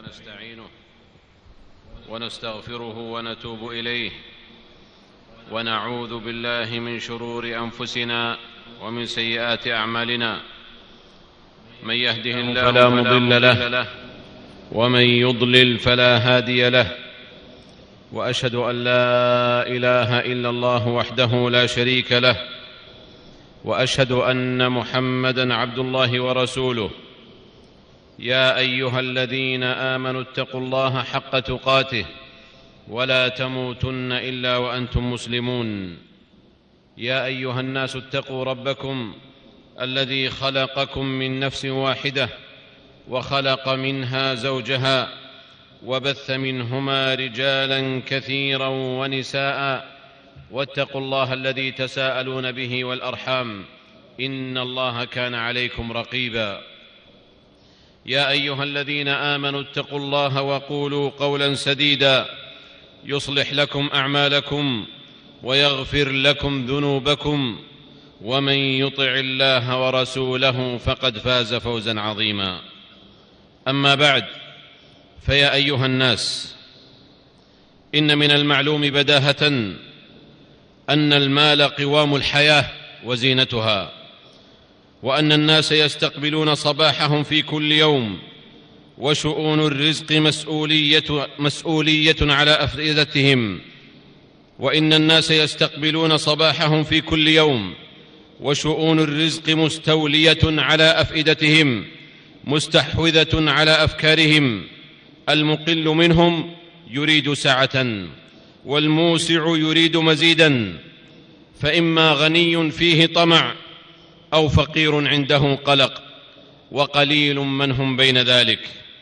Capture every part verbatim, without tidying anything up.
ونستعينه ونستغفره ونتوب إليه، ونعوذ بالله من شرور أنفسنا ومن سيئات أعمالنا. من يهده الله فلا مضل له، ومن يضلل فلا هادي له، وأشهد أن لا إله إلا الله وحده لا شريك له، وأشهد أن محمدًا عبد الله ورسوله. يا أيها الذين آمنوا اتقوا الله حق تقاته ولا تموتن إلا وأنتم مسلمون. يا أيها الناس اتقوا ربكم الذي خلقكم من نفس واحدة وخلق منها زوجها وبث منهما رجالا كثيرا ونساء، واتقوا الله الذي تساءلون به والأرحام، إن الله كان عليكم رقيبا. يا أيها الذين آمنوا اتقوا الله وقولوا قولا سديدا يصلح لكم أعمالكم ويغفر لكم ذنوبكم، ومن يطع الله ورسوله فقد فاز فوزا عظيما. أما بعد، فيا أيها الناس، إن من المعلوم بداهة أن المال قوام الحياة وزينتها، وأن الناس يستقبلون صباحهم في كل يوم، وشؤون الرزق مسؤولية, مسؤولية على أفئدتهم. وإن الناس يستقبلون صباحهم في كل يوم، وشؤون الرزق مستولية على أفئدتهم، مستحوذة على أفكارهم. المقل منهم يريد سعة، والموسع يريد مزيدا، فإما غني فيه طمع أو فقير عنده قلق، وقليل من هم بين ذلك.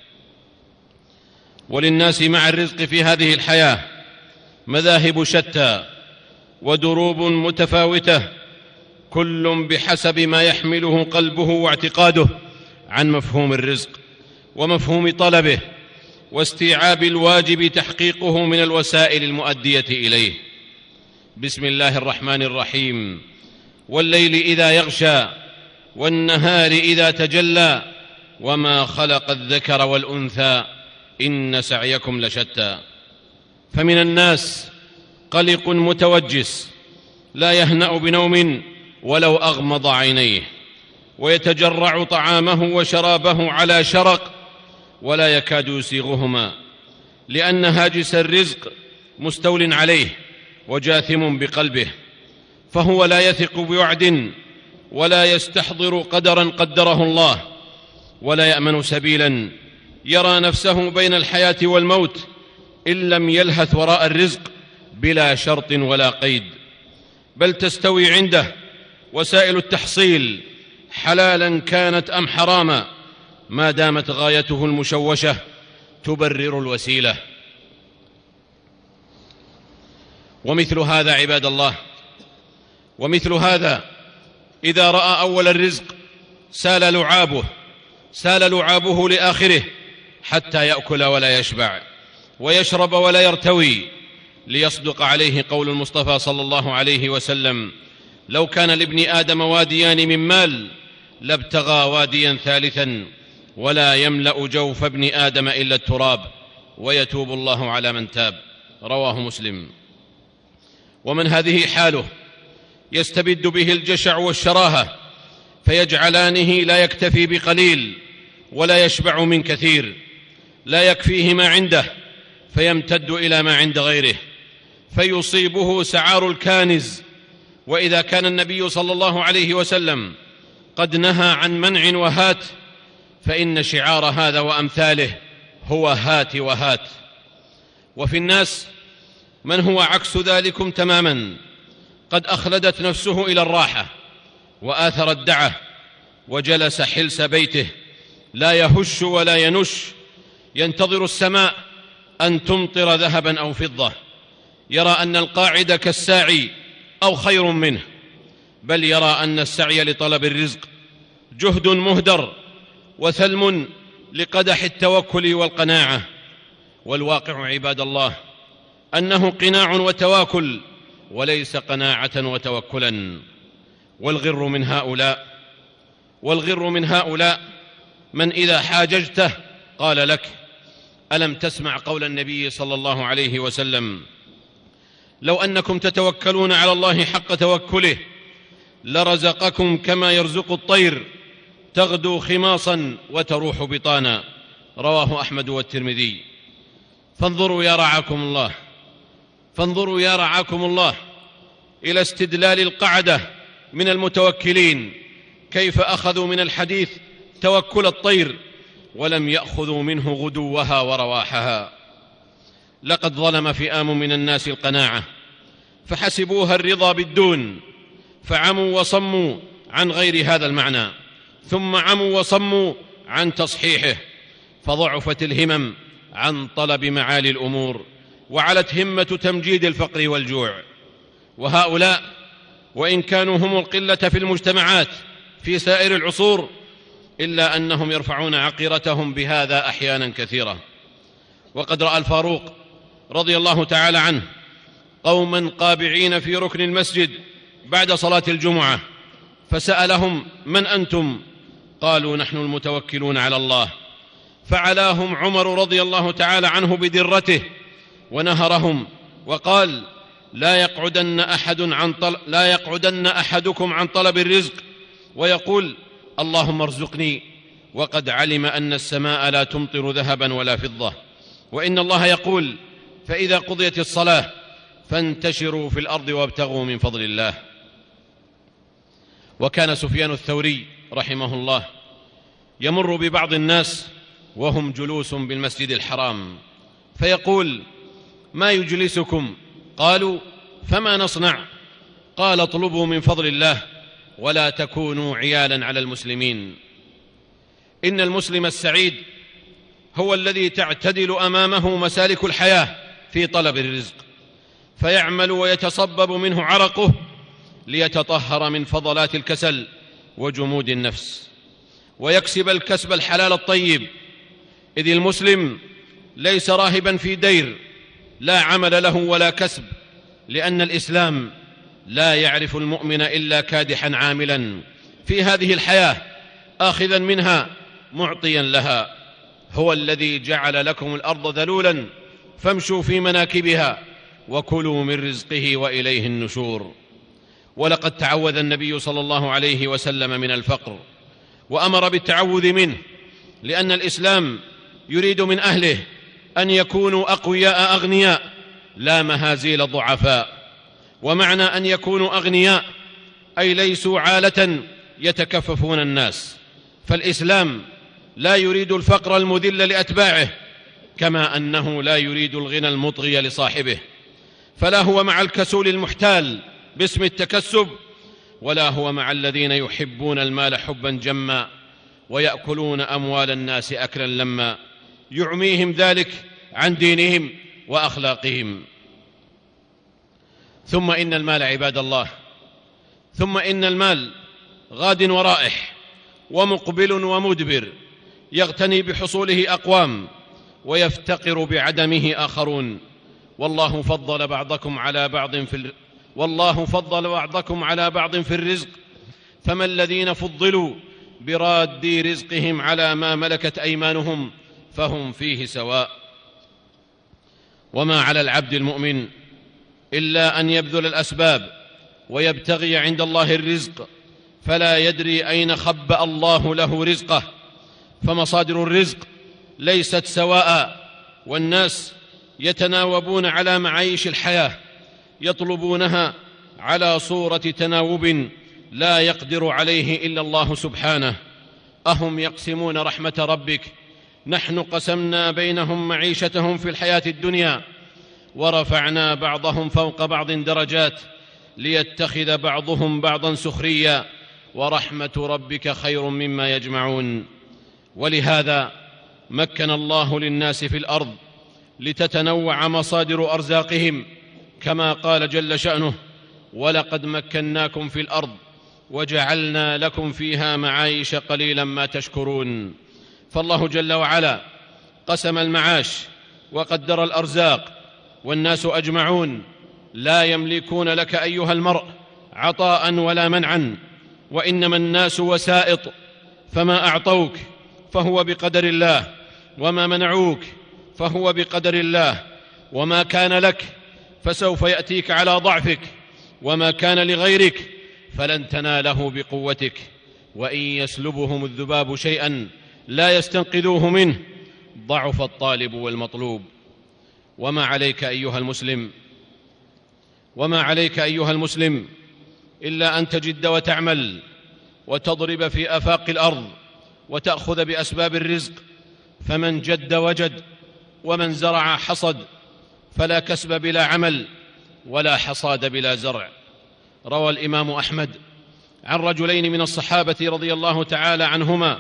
وللناس مع الرزق في هذه الحياة مذاهب شتى ودروب متفاوتة، كل بحسب ما يحمله قلبه واعتقاده عن مفهوم الرزق ومفهوم طلبه، واستيعاب الواجب تحقيقه من الوسائل المؤدية إليه. بسم الله الرحمن الرحيم: والليل إذا يغشى والنهار إذا تجلى وما خلق الذكر والأنثى إن سعيكم لشتى. فمن الناس قلق متوجس لا يهنأ بنوم ولو أغمض عينيه، ويتجرع طعامه وشرابه على شرق ولا يكاد يسيغهما، لأن هاجس الرزق مستول عليه وجاثم بقلبه، فهو لا يثق بوعد ولا يستحضر قدرا قدره الله، ولا يأمن سبيلا، يرى نفسه بين الحياة والموت إن لم يلهث وراء الرزق بلا شرط ولا قيد، بل تستوي عنده وسائل التحصيل حلالا كانت أم حراما، ما دامت غايته المشوشة تبرر الوسيلة. ومثل هذا عباد الله، ومثل هذا إذا رأى أول الرزق سال لعابه سال لعابه لآخره، حتى يأكل ولا يشبع ويشرب ولا يرتوي، ليصدق عليه قول المصطفى صلى الله عليه وسلم: لو كان لابن آدم واديان من مال لابتغى واديا ثالثا، ولا يملأ جوف ابن آدم إلا التراب، ويتوب الله على من تاب. رواه مسلم. ومن هذه حاله يستبد به الجشع والشراهة، فيجعلانه لا يكتفي بقليل ولا يشبع من كثير، لا يكفيه ما عنده فيمتد إلى ما عند غيره، فيصيبه سعار الكانز. وإذا كان النبي صلى الله عليه وسلم قد نهى عن منع وهات، فإن شعار هذا وأمثاله هو هات وهات. وفي الناس من هو عكس ذلكم تماما، قد أخلدت نفسه إلى الراحة وآثر الدعة، وجلس حلس بيته لا يهش ولا ينش، ينتظر السماء أن تمطر ذهبا أو فضة، يرى أن القاعد كالساعي أو خير منه، بل يرى أن السعي لطلب الرزق جهد مهدر وثلم لقدح التوكل والقناعة. والواقع عباد الله أنه قناع وتواكل، وليس قناعة وتوكلا. والغر من هؤلاء والغر من هؤلاء من إذا حاججته قال لك: ألم تسمع قول النبي صلى الله عليه وسلم: لو أنكم تتوكلون على الله حق توكله لرزقكم كما يرزق الطير تغدو خماصا وتروح بطانا. رواه أحمد والترمذي. فانظروا يا رعاكم الله فانظروا يا رعاكم الله إلى استدلال القعدة من المتوكلين، كيف أخذوا من الحديث توكل الطير ولم يأخذوا منه غدوها ورواحها. لقد ظلم فئام من الناس القناعة فحسبوها الرضا بالدون، فعموا وصموا عن غير هذا المعنى، ثم عموا وصموا عن تصحيحه، فضعفت الهمم عن طلب معالي الأمور، وعلت همة تمجيد الفقر والجوع. وهؤلاء وإن كانوا هم القلة في المجتمعات في سائر العصور، إلا أنهم يرفعون عقيرتهم بهذا أحيانا كثيرة. وقد رأى الفاروق رضي الله تعالى عنه قوما قابعين في ركن المسجد بعد صلاة الجمعة، فسألهم: من أنتم؟ قالوا: نحن المتوكلون على الله. فعلاهم عمر رضي الله تعالى عنه بدرته ونهرهم وقال: لا يقعدن أحد عن طل... لا يقعدن أحدكم عن طلب الرزق ويقول: اللهم ارزقني، وقد علم أن السماء لا تمطر ذهبا ولا فضة، وإن الله يقول: فإذا قضيت الصلاة فانتشروا في الأرض وابتغوا من فضل الله. وكان سفيان الثوري رحمه الله يمر ببعض الناس وهم جلوس بالمسجد الحرام فيقول: ما يجلسكم؟ قالوا: فما نصنع؟ قال: اطلبوا من فضل الله ولا تكونوا عيالا على المسلمين. إن المسلم السعيد هو الذي تعتدل أمامه مسالك الحياة في طلب الرزق، فيعمل ويتصبب منه عرقه ليتطهر من فضلات الكسل وجمود النفس، ويكسب الكسب الحلال الطيب. إذ المسلم ليس راهبا في دير لا عمل له ولا كسب، لأن الإسلام لا يعرف المؤمن إلا كادحا عاملا في هذه الحياة، آخذا منها معطيا لها. هو الذي جعل لكم الأرض ذلولا فامشوا في مناكبها وكلوا من رزقه وإليه النشور. ولقد تعوذ النبي صلى الله عليه وسلم من الفقر، وأمر بالتعوذ منه، لأن الإسلام يريد من أهله أن يكونوا أقوياء أغنياء لا مهازيل ضعفاء. ومعنى أن يكونوا أغنياء أي ليسوا عالة يتكففون الناس، فالإسلام لا يريد الفقر المذل لأتباعه، كما أنه لا يريد الغنى المطغي لصاحبه. فلا هو مع الكسول المحتال باسم التكسب، ولا هو مع الذين يحبون المال حبا جما ويأكلون أموال الناس أكلا لما يعميهم ذلك عن دينهم وأخلاقهم. ثم إن المال عباد الله ثم إن المال غاد ورائح ومقبل ومدبر، يغتني بحصوله أقوام ويفتقر بعدمه آخرون. والله فضل بعضكم على بعض في ال... والله فضل بعضكم على بعض في الرزق، فما الذين فضلوا براد رزقهم على ما ملكت أيمانهم فهم فيه سواء. وما على العبد المؤمن إلا أن يبذل الأسباب ويبتغي عند الله الرزق، فلا يدري أين خبأ الله له رزقه، فمصادر الرزق ليست سواء، والناس يتناوبون على معايش الحياة، يطلبونها على صورة تناوب لا يقدر عليه إلا الله سبحانه. أهم يقسمون رحمة ربك؟ نحن قسمنا بينهم معيشتهم في الحياة الدنيا ورفعنا بعضهم فوق بعض درجات ليتخذ بعضهم بعضا سخريا ورحمة ربك خير مما يجمعون. ولهذا مكن الله للناس في الأرض لتتنوع مصادر أرزاقهم، كما قال جل شأنه: ولقد مكناكم في الأرض وجعلنا لكم فيها معايش قليلا ما تشكرون. فالله جل وعلا قسم المعاش وقدر الأرزاق، والناس أجمعون لا يملكون لك أيها المرء عطاء ولا منعا، وإنما الناس وسائط، فما أعطوك فهو بقدر الله، وما منعوك فهو بقدر الله، وما كان لك فسوف يأتيك على ضعفك، وما كان لغيرك فلن تناله بقوتك. وإن يسلبهم الذباب شيئا لا يستنقذوه منه، ضعف الطالب والمطلوب. وما عليك أيها المسلم وما عليك أيها المسلم إلا أن تجد وتعمل وتضرب في آفاق الأرض وتأخذ بأسباب الرزق، فمن جد وجد، ومن زرع حصد، فلا كسب بلا عمل، ولا حصاد بلا زرع. روى الإمام أحمد عن رجلين من الصحابة رضي الله تعالى عنهما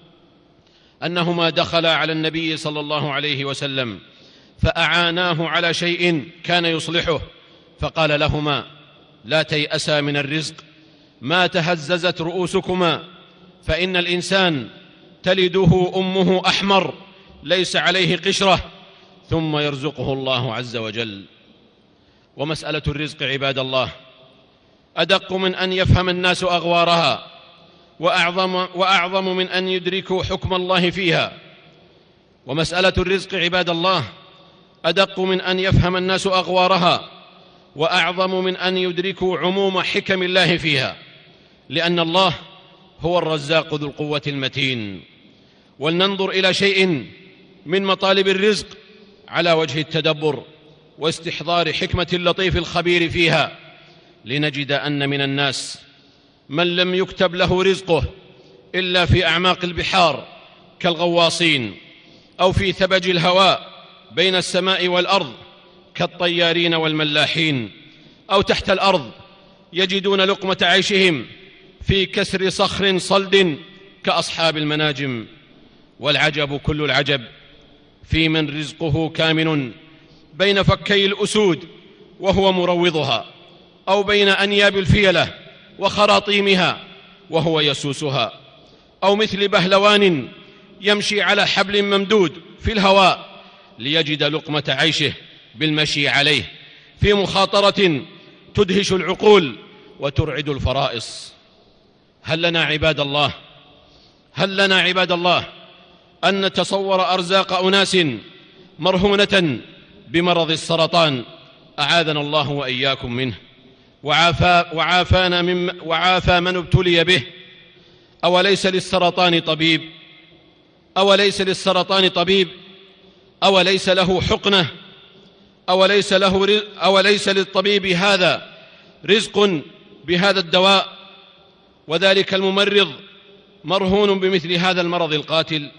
أنهما دخلا على النبي صلى الله عليه وسلم فأعاناه على شيء كان يصلحه، فقال لهما: لا تيأسا من الرزق، ما تهززت رؤوسكما، فإن الإنسان تلده أمه أحمر ليس عليه قشرة، ثم يرزقه الله عز وجل. ومسألة الرزق عباد الله أدق من أن يفهم الناس أغوارها، وأعظم, وأعظم من أن يدركوا حكم الله فيها. ومسألة الرزق عباد الله أدق من أن يفهم الناس أغوارها، وأعظم من أن يدركوا عموم حكم الله فيها، لأن الله هو الرزاق ذو القوة المتين. ولننظر إلى شيء من مطالب الرزق على وجه التدبر واستحضار حكمة اللطيف الخبير فيها، لنجد أن من الناس من لم يكتب له رزقه إلا في أعماق البحار كالغواصين، أو في ثبج الهواء بين السماء والأرض كالطيارين والملاحين، أو تحت الأرض يجدون لقمة عيشهم في كسر صخر صلد كأصحاب المناجم. والعجب كل العجب في من رزقه كامن بين فكي الأسود وهو مروضها، أو بين أنياب الفيلة وخراطيمها وهو يسوسها، أو مثل بهلوان يمشي على حبل ممدود في الهواء ليجد لقمة عيشه بالمشي عليه، في مخاطرة تدهش العقول وترعد الفرائص. هل لنا عباد الله هل لنا عباد الله أن نتصور أرزاق أناس مرهونة بمرض السرطان، أعاذنا الله وإياكم منه، وعافى وعافانا من وعافى من ابتلي به؟ أوليس للسرطان طبيب أوليس للسرطان طبيب أوليس له حقنة؟ أوليس له أوليس للطبيب هذا رزق بهذا الدواء؟ وذلك الممرض مرهون بمثل هذا المرض القاتل.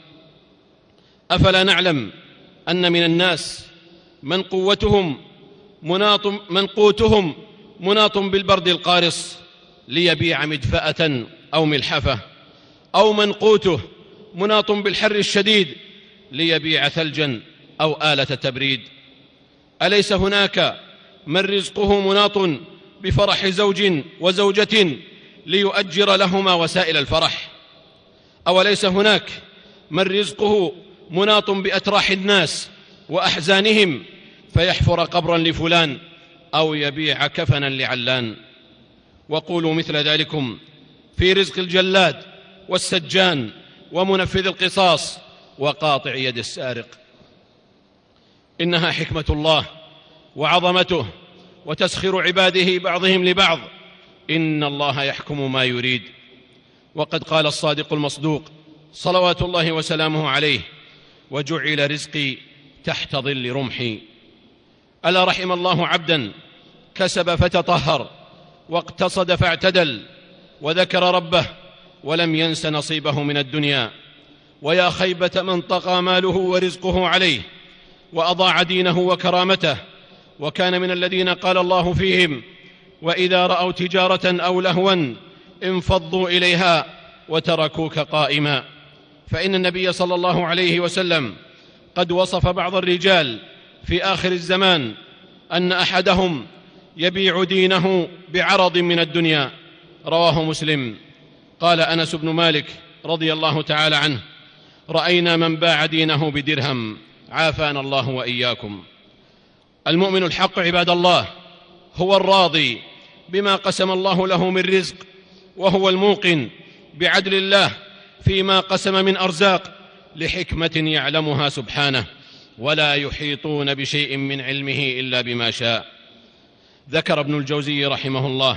أفلا نعلم أن من الناس من قوتهم مناط من قوتهم مناط بالبرد القارص ليبيع مدفأة أو ملحفة، أو من قوته مناط بالحر الشديد ليبيع ثلجا أو آلة تبريد؟ أليس هناك من رزقه مناط بفرح زوج وزوجة ليؤجر لهما وسائل الفرح؟ أوليس هناك من رزقه مناط بأتراح الناس وأحزانهم فيحفر قبرا لفلان أو يبيع كفنا لعلان؟ وقولوا مثل ذلكم في رزق الجلاد والسجان ومنفذ القصاص وقاطع يد السارق. إنها حكمة الله وعظمته وتسخير عباده بعضهم لبعض، إن الله يحكم ما يريد. وقد قال الصادق المصدوق صلوات الله وسلامه عليه: وجعل رزقي تحت ظل رمحي. ألا رحم الله عبدا كسب فتطهر، واقتصد فاعتدل، وذكر ربه ولم ينس نصيبه من الدنيا. ويا خيبة من طغى ماله ورزقه عليه وأضاع دينه وكرامته، وكان من الذين قال الله فيهم: وإذا رأوا تجارة أو لهوا انفضوا إليها وتركوك قائما. فإن النبي صلى الله عليه وسلم قد وصف بعض الرجال في آخر الزمان أن أحدهم يبيع دينه بعرض من الدنيا. رواه مسلم. قال أنس بن مالك رضي الله تعالى عنه: رأينا من باع دينه بدرهم، عافانا الله وإياكم. المؤمن الحق عباد الله هو الراضي بما قسم الله له من رزق، وهو الموقن بعدل الله فيما قسم من أرزاق لحكمة يعلمها سبحانه. ولا يحيطون بشيء من علمه إلا بما شاء. ذكر ابن الجوزي رحمه الله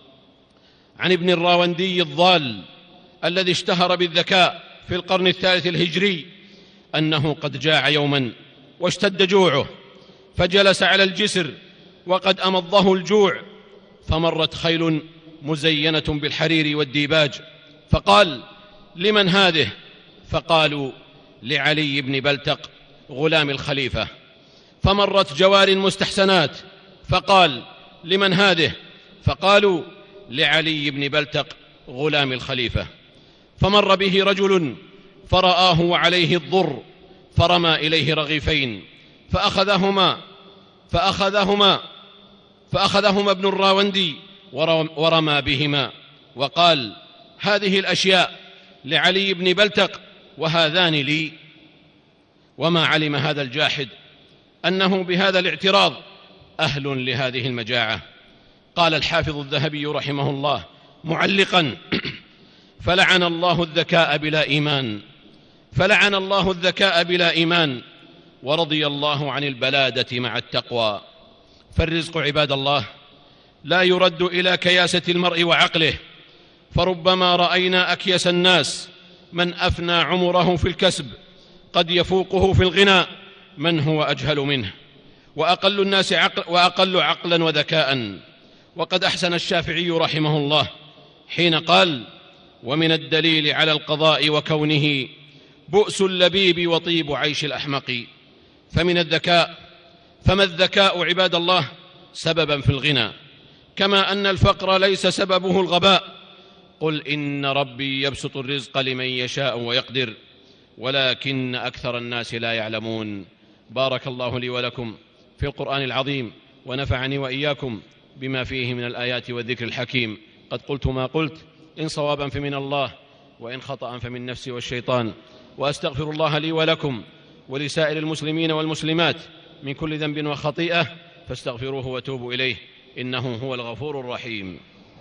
عن ابن الراوندي الضال الذي اشتهر بالذكاء في القرن الثالث الهجري أنه قد جاع يوما واشتد جوعه، فجلس على الجسر وقد أمضه الجوع، فمرت خيل مزينة بالحرير والديباج، فقال: لمن هذه؟ فقالوا: لعلي بن بلتق غلام الخليفة. فمرت جوار مستحسنات، فقال: لمن هذه؟ فقالوا: لعلي بن بلتق غلام الخليفة. فمر به رجل فرآه وعليه الضر، فرمى إليه رغيفين فأخذهما فأخذهما فأخذهما ابن الراوندي ورمى بهما وقال: هذه الأشياء لعلي بن بلتق وهذان لي. وما علم هذا الجاحد أنه بهذا الاعتراض أهل لهذه المجاعة. قال الحافظ الذهبي رحمه الله معلقا: فلعن الله الذكاء بلا إيمان فلعن الله الذكاء بلا إيمان ورضي الله عن البلادة مع التقوى. فالرزق عباد الله لا يرد إلى كياسة المرء وعقله، فربما رأينا أكيس الناس من أفنى عمره في الكسب قد يفوقه في الغنى من هو أجهل منه، وأقل الناس عقل وأقل عقلا وذكاء. وقد أحسن الشافعي رحمه الله حين قال: ومن الدليل على القضاء وكونه بؤس اللبيب وطيب عيش الأحمق. فمن الذكاء فما الذكاء عباد الله سببا في الغنى، كما أن الفقر ليس سببه الغباء. قل إن ربي يبسط الرزق لمن يشاء ويقدر ولكن أكثر الناس لا يعلمون. بارك الله لي ولكم في القرآن العظيم، ونفعني وإياكم بما فيه من الآيات والذكر الحكيم. قد قلت ما قلت، إن صوابا فمن الله وإن خطأ فمن نفسي والشيطان، وأستغفر الله لي ولكم ولسائر المسلمين والمسلمات من كل ذنب وخطيئة، فاستغفروه وتوبوا إليه إنه هو الغفور الرحيم.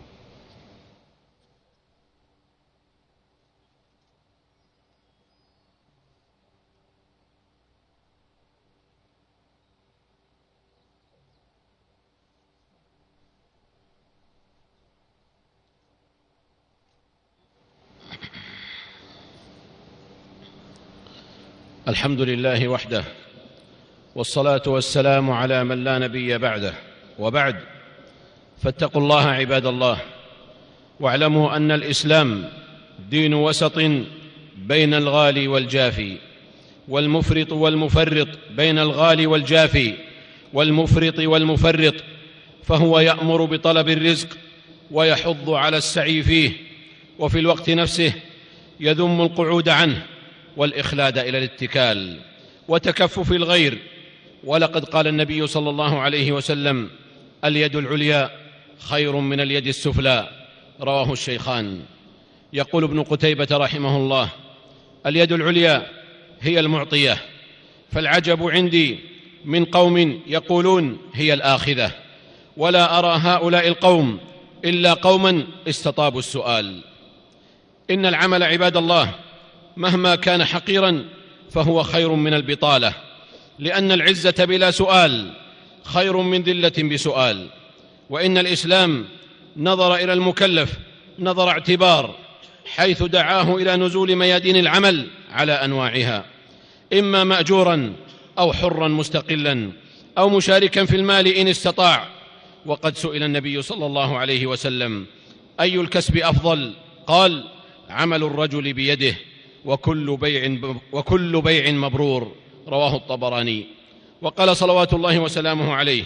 الحمد لله وحده، والصلاة والسلام على من لا نبي بعده، وبعد، فاتقوا الله عباد الله، واعلموا أن الإسلام دين وسط بين الغالي والجافي، والمفرط والمفرط، بين الغالي والجافي والمفرط والمفرط، فهو يأمر بطلب الرزق ويحض على السعي فيه، وفي الوقت نفسه يذم القعود عنه والإخلاد إلى الاتكال وتكفف الغير. ولقد قال النبي صلى الله عليه وسلم: اليد العليا خير من اليد السفلى، رواه الشيخان. يقول ابن قتيبة رحمه الله: اليد العليا هي المعطية، فالعجب عندي من قوم يقولون هي الآخذة، ولا أرى هؤلاء القوم إلا قوما استطابوا السؤال. إن العمل عباد الله مهما كان حقيرا فهو خير من البطالة، لأن العزة بلا سؤال خير من ذلة بسؤال. وإن الإسلام نظر إلى المكلف نظر اعتبار، حيث دعاه إلى نزول ميادين العمل على أنواعها، إما مأجورا أو حرا مستقلا أو مشاركا في المال إن استطاع. وقد سئل النبي صلى الله عليه وسلم: أي الكسب أفضل؟ قال: عمل الرجل بيده، وكل بيع, وكل بيع مبرور، رواه الطبراني. وقال صلوات الله وسلامه عليه: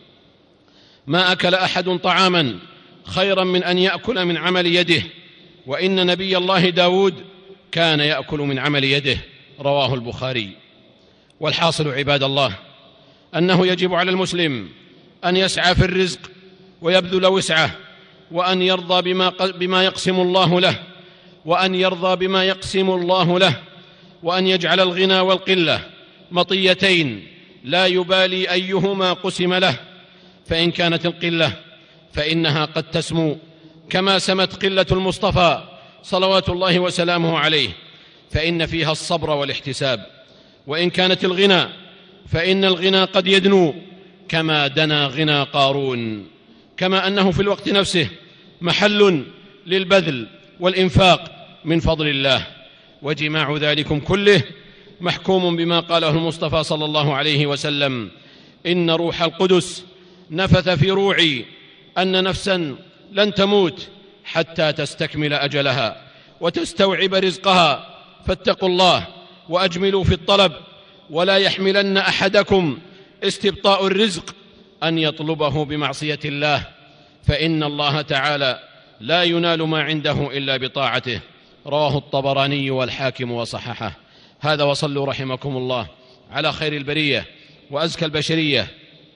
ما أكل أحد طعاما خيرا من أن يأكل من عمل يده، وإن نبي الله داود كان يأكل من عمل يده، رواه البخاري. والحاصل عباد الله أنه يجب على المسلم أن يسعى في الرزق ويبذل وسعه، وأن يرضى بما, بما يقسم الله له وأن يرضى بما يقسم الله له وأن يجعل الغنى والقلة مطيتين لا يبالي أيهما قسم له. فإن كانت القلة فإنها قد تسمو كما سمت قلة المصطفى صلوات الله وسلامه عليه، فإن فيها الصبر والاحتساب. وإن كانت الغنى فإن الغنى قد يدنو كما دنا غنى قارون، كما أنه في الوقت نفسه محل للبذل والإنفاق من فضل الله. وجماع ذلكم كله محكوم بما قاله المصطفى صلى الله عليه وسلم: إن روح القدس نفث في روعي أن نفسا لن تموت حتى تستكمل أجلها وتستوعب رزقها، فاتقوا الله وأجملوا في الطلب، ولا يحملن أحدكم استبطاء الرزق أن يطلبه بمعصية الله، فإن الله تعالى لا ينال ما عنده إلا بطاعته. رواه الطبراني والحاكم وصححه. هذا وصلوا رحمكم الله على خير البرية وأزكى البشرية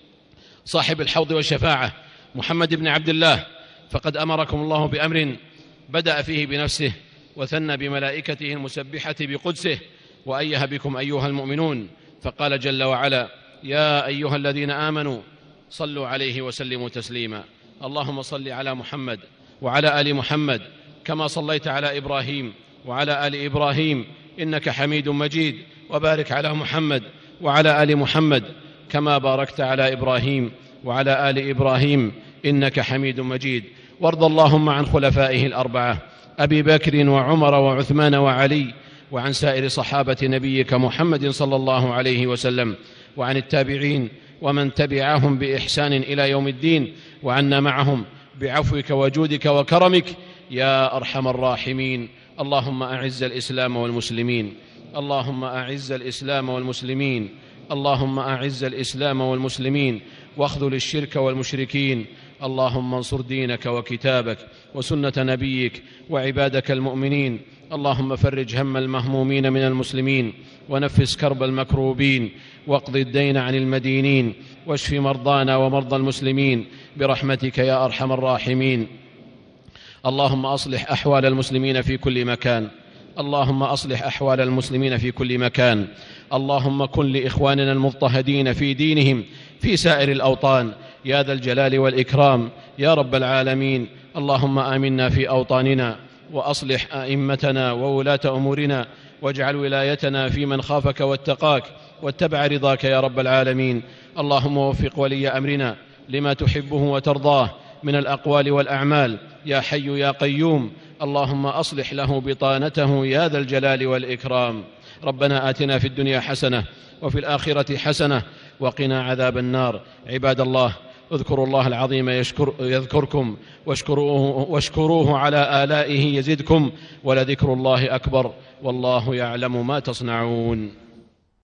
صاحب الحوض والشفاعة محمد بن عبد الله، فقد أمركم الله بأمر بدأ فيه بنفسه وثنى بملائكته المسبحة بقدسه، وأيه بكم أيها المؤمنون، فقال جل وعلا: يا أيها الذين آمنوا صلوا عليه وسلموا تسليما. اللهم صل على محمد وعلى آل محمد كما صليت على إبراهيم وعلى آل إبراهيم إنك حميد مجيد، وبارك على محمد وعلى آل محمد كما باركت على إبراهيم وعلى آل إبراهيم إنك حميد مجيد. وارض اللهم عن خلفائه الأربعة أبي بكر وعمر وعثمان وعلي، وعن سائر صحابة نبيك محمد صلى الله عليه وسلم، وعن التابعين ومن تبعهم بإحسان إلى يوم الدين، وعنا معهم بعفوك وجودك وكرمك يا أرحم الراحمين. اللهم أعز الإسلام والمسلمين، اللهم أعز الإسلام والمسلمين، اللهم أعز الإسلام والمسلمين، واخذل الشرك والمشركين. اللهم انصر دينك وكتابك وسنة نبيك وعبادك المؤمنين. اللهم فرج هم المهمومين من المسلمين، ونفس كرب المكروبين، واقض الدين عن المدينين، واشف مرضانا ومرضى المسلمين برحمتك يا أرحم الراحمين. اللهم أصلح أحوال المسلمين في كل مكان، اللهم أصلح أحوال المسلمين في كل مكان. اللهم كن لإخواننا المضطهدين في دينهم في سائر الأوطان يا ذا الجلال والإكرام يا رب العالمين. اللهم آمنا في أوطاننا، وأصلح أئمتنا وولاة أمورنا، واجعل ولايتنا في من خافك واتقاك واتبع رضاك يا رب العالمين. اللهم وفق ولي أمرنا لما تحبه وترضاه من الأقوال والأعمال يا حي يا قيوم. اللهم أصلح له بطانته يا ذا الجلال والإكرام. ربنا آتنا في الدنيا حسنة وفي الآخرة حسنة وقنا عذاب النار. عباد الله، اذكروا الله العظيم يشكر يذكركم، واشكروه, واشكروه على آلائه يزدكم، ولذكر الله أكبر، والله يعلم ما تصنعون.